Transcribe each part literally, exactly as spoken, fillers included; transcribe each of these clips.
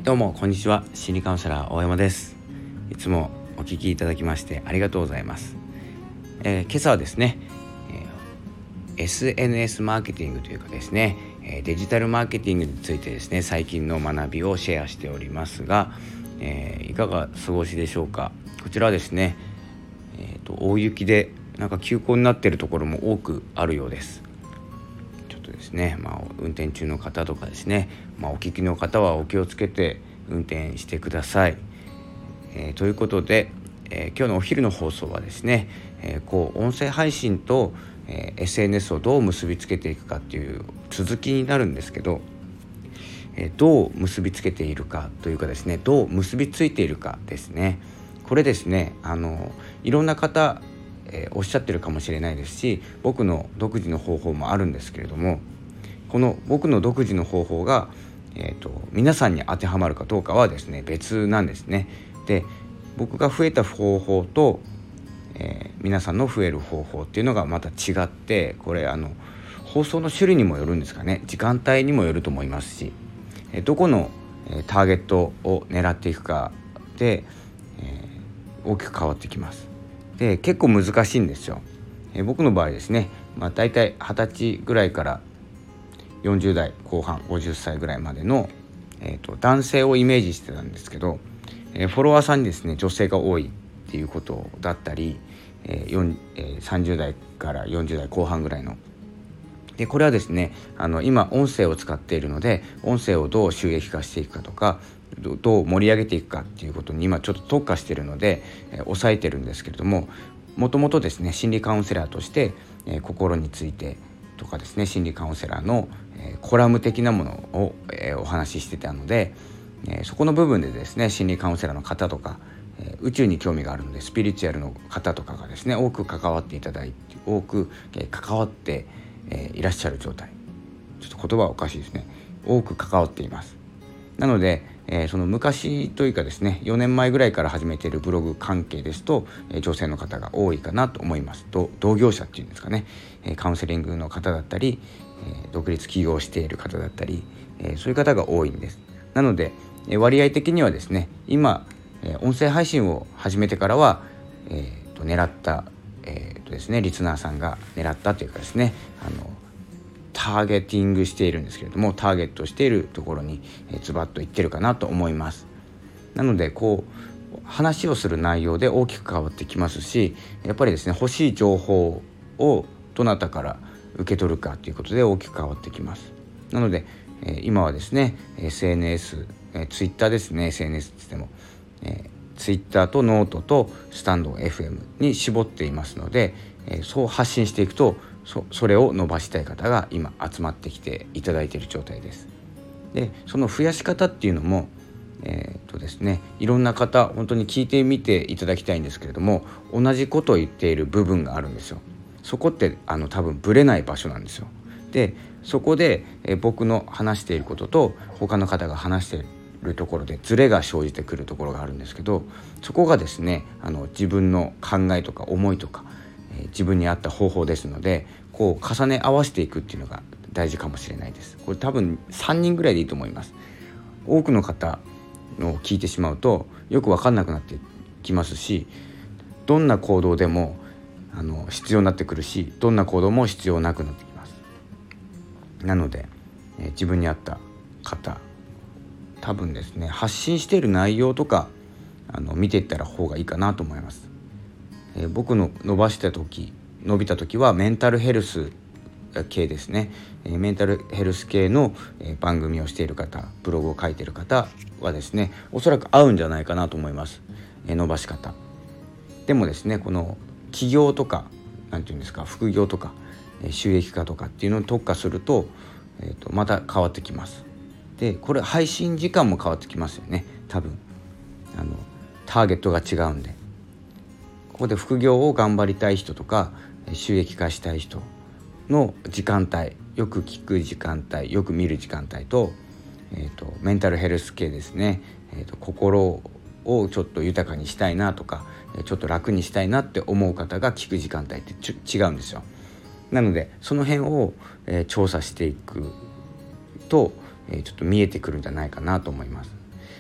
どうもこんにちは。心理カウンセラー大山です。いつもお聞きいただきましてありがとうございます。えー、今朝はですね、えー、エスエヌエス マーケティングというかですね、えー、デジタルマーケティングについてですね、最近の学びをシェアしておりますが、えー、いかが過ごしでしょうか。こちらはですね、えーと、大雪でなんか休校になっているところも多くあるようです。ですねまあ、運転中の方とかですね、まあ、お聞きの方はお気をつけて運転してください。えー、ということで、えー、今日のお昼の放送はですね、えー、こう音声配信と、えー、エスエヌエス をどう結びつけていくかっていう続きになるんですけど、えー、どう結びつけているかというかですね、どう結びついているかですね。これですね、あのいろんな方えー、おっしゃってるかもしれないですし、僕の独自の方法もあるんですけれども、この僕の独自の方法が、えーと、皆さんに当てはまるかどうかはですね別なんですね。で、僕が増えた方法と、えー、皆さんの増える方法っていうのがまた違って、これあの放送の種類にもよるんですかね、時間帯にもよると思いますし、えー、どこの、えー、ターゲットを狙っていくかで、えー、大きく変わってきます。で、結構難しいんですよ。えー、僕の場合ですね、まあ、大体はたちぐらいからよんじゅうだいこう半ごじゅっさいぐらいまでの、えーと、男性をイメージしてたんですけど、えー、フォロワーさんにですね女性が多いっていうことだったり、えーよんえー、さんじゅうだいからよんじゅうだいこう半ぐらいので、これはですね、あの今音声を使っているので、音声をどう収益化していくかとか、どう盛り上げていくかっていうことに今ちょっと特化しているので、えー、抑えてるんですけれども、もともとですね心理カウンセラーとして、えー、心についてとかですね、心理カウンセラーの、えー、コラム的なものを、えー、お話ししてたので、えー、そこの部分でですね、心理カウンセラーの方とか、えー、宇宙に興味があるのでスピリチュアルの方とかがですね多く関わっていただいて多く、えー、関わって、えー、いらっしゃる状態。ちょっと言葉はおかしいですね。多く関わっています。なので、えー、その昔というかですね、よねんまえぐらいから始めているブログ関係ですと、えー、女性の方が多いかなと思います。と同業者っていうんですかね、えー、カウンセリングの方だったり、えー、独立起業している方だったり、えー、そういう方が多いんです。なので、えー、割合的にはですね、今、えー、音声配信を始めてからは、えー、と狙った、えーとですね、リスナーさんが狙ったというかですね、あのターゲティングしているんですけれども、ターゲットしているところにズバッといってるかなと思います。なので、こう話をする内容で大きく変わってきますし、やっぱりですね、欲しい情報をどなたから受け取るかということで大きく変わってきます。なので、えー、今はですね エスエヌエス、えー、ツイッターですね。 エスエヌエス って言っても、えー、ツイッターとノートとスタンド エフエム に絞っていますので、えー、そう発信していくとそ, それを伸ばしたい方が今集まってきていただいている状態です。で、その増やし方っていうのも、えーとですね、いろんな方本当に聞いてみていただきたいんですけれども、同じことを言っている部分があるんですよ。そこってあの多分ブレない場所なんですよ。で、そこで、えー、僕の話していることと他の方が話しているところでズレが生じてくるところがあるんですけど、そこがですね、あの自分の考えとか思いとか自分に合った方法ですので、こう重ね合わせていくっていうのが大事かもしれないです。これ多分さんにんぐらいでいいと思います。多くの方のを聞いてしまうとよく分かんなくなってきますし、どんな行動でもあの必要になってくるし、どんな行動も必要なくなってきます。なので、えー、自分に合った方、多分ですね、発信している内容とかあの見ていったら方がいいかなと思います。えー、僕の伸ばした時伸びた時はメンタルヘルス系ですね、えー、メンタルヘルス系の、えー、番組をしている方、ブログを書いている方はですね、おそらく合うんじゃないかなと思います。えー、伸ばし方でもですね、この起業とかなんていうんですか、副業とか、えー、収益化とかっていうのに特化すると、えーと、また変わってきます。で、これ配信時間も変わってきますよね。多分あのターゲットが違うんで、ここで副業を頑張りたい人とか収益化したい人の時間帯、よく聞く時間帯、よく見る時間帯と、えーと、メンタルヘルス系ですね、えーと、心をちょっと豊かにしたいなとか、ちょっと楽にしたいなって思う方が聞く時間帯ってち違うんですよ。なのでその辺を、えー、調査していくと、えー、ちょっと見えてくるんじゃないかなと思います。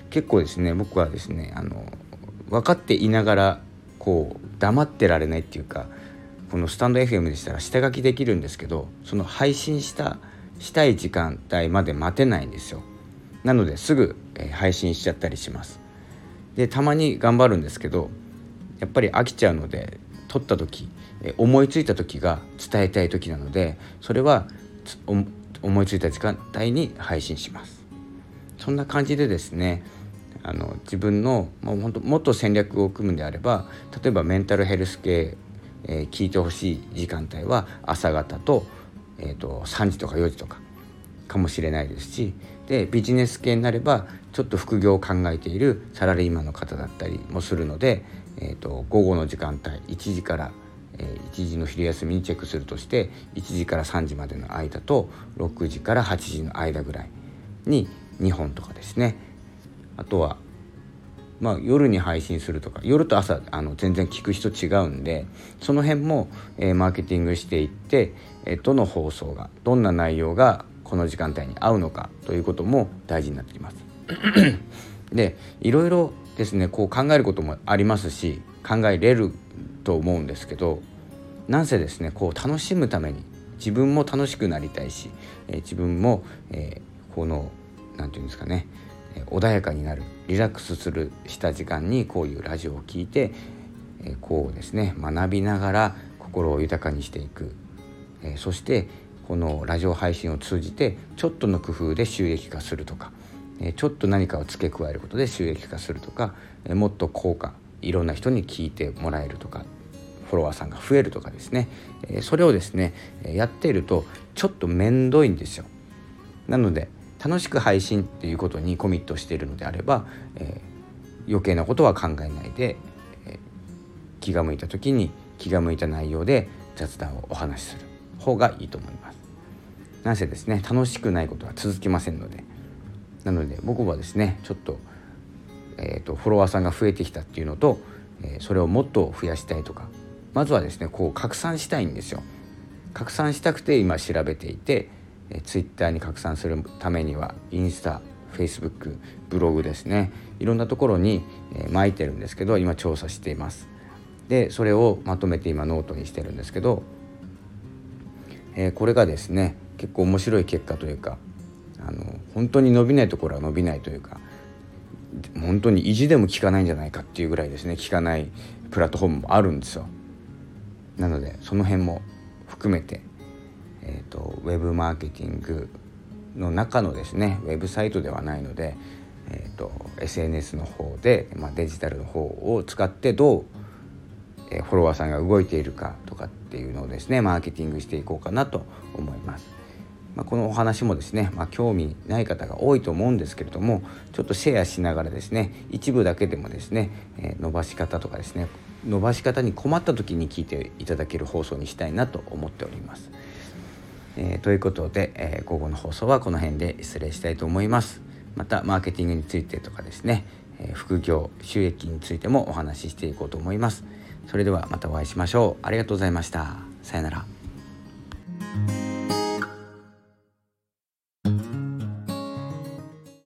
結構ですね僕はですねあの分かっていながらこう黙ってられないっていうか、このスタンド エフエム でしたら下書きできるんですけど、その配信したしたい時間帯まで待てないんですよ。なのですぐ、えー、配信しちゃったりします。でたまに頑張るんですけど、やっぱり飽きちゃうので、撮った時、えー、思いついた時が伝えたい時なので、それは思いついた時間帯に配信します。そんな感じでですね、あの自分のもう本当もっと戦略を組むんであれば、例えばメンタルヘルス系、えー、聞いてほしい時間帯は朝方と、えー、とさんじとかよじとかかもしれないですし、でビジネス系になればちょっと副業を考えているサラリーマンの方だったりもするので、えー、と午後の時間帯いちじから、えー、いちじの昼休みにチェックするとして、いちじからさんじまでの間とろくじからはちじの間ぐらいににほんとかですね。あとはまあ夜に配信するとか、夜と朝あの全然聞く人違うんで、その辺も、えー、マーケティングしていって、えー、どの放送がどんな内容がこの時間帯に合うのかということも大事になってきますでいろいろですねこう考えることもありますし、考えれると思うんですけど、なんせですねこう楽しむために自分も楽しくなりたいし、えー、自分も、えー、このなんていうんですかね、穏やかになる、リラックスするした時間にこういうラジオを聞いて、えー、こうですね学びながら心を豊かにしていく、えー、そしてこのラジオ配信を通じてちょっとの工夫で収益化するとか、えー、ちょっと何かを付け加えることで収益化するとか、えー、もっと効果いろんな人に聞いてもらえるとか、フォロワーさんが増えるとかですね、えー、それをですねやっているとちょっとめんどいんですよ。なので楽しく配信っていうことにコミットしているのであれば、えー、余計なことは考えないで、えー、気が向いた時に気が向いた内容で雑談をお話しする方がいいと思います。なんせですね楽しくないことは続きませんので、なので僕はですねちょっと、えーと、フォロワーさんが増えてきたっていうのと、えー、それをもっと増やしたいとか、まずはですねこう拡散したいんですよ。拡散したくて今調べていて、えー、ツイッターに拡散するためにはインスタ、フェイスブック、ブログですね、いろんなところに、えー、巻いてるんですけど、今調査しています。でそれをまとめて今ノートにしてるんですけど、えー、これがですね結構面白い結果というか、あの本当に伸びないところは伸びないというか、本当に意地でも効かないんじゃないかっていうぐらいですね効かないプラットフォームもあるんですよ。なのでその辺も含めて、えーと、ウェブマーケティングの中のですねウェブサイトではないので、えーと、エスエヌエス の方で、まあ、デジタルの方を使ってどう、えー、フォロワーさんが動いているかとかっていうのをですねマーケティングしていこうかなと思います。まあ、このお話もですね、まあ、興味ない方が多いと思うんですけれども、ちょっとシェアしながらですね一部だけでもですね、えー、伸ばし方とかですね伸ばし方に困った時に聞いていただける放送にしたいなと思っております。えー、ということで、えー、午後の放送はこの辺で失礼したいと思います。またマーケティングについてとかですね、えー、副業収益についてもお話ししていこうと思います。それではまたお会いしましょう。ありがとうございました。さよなら。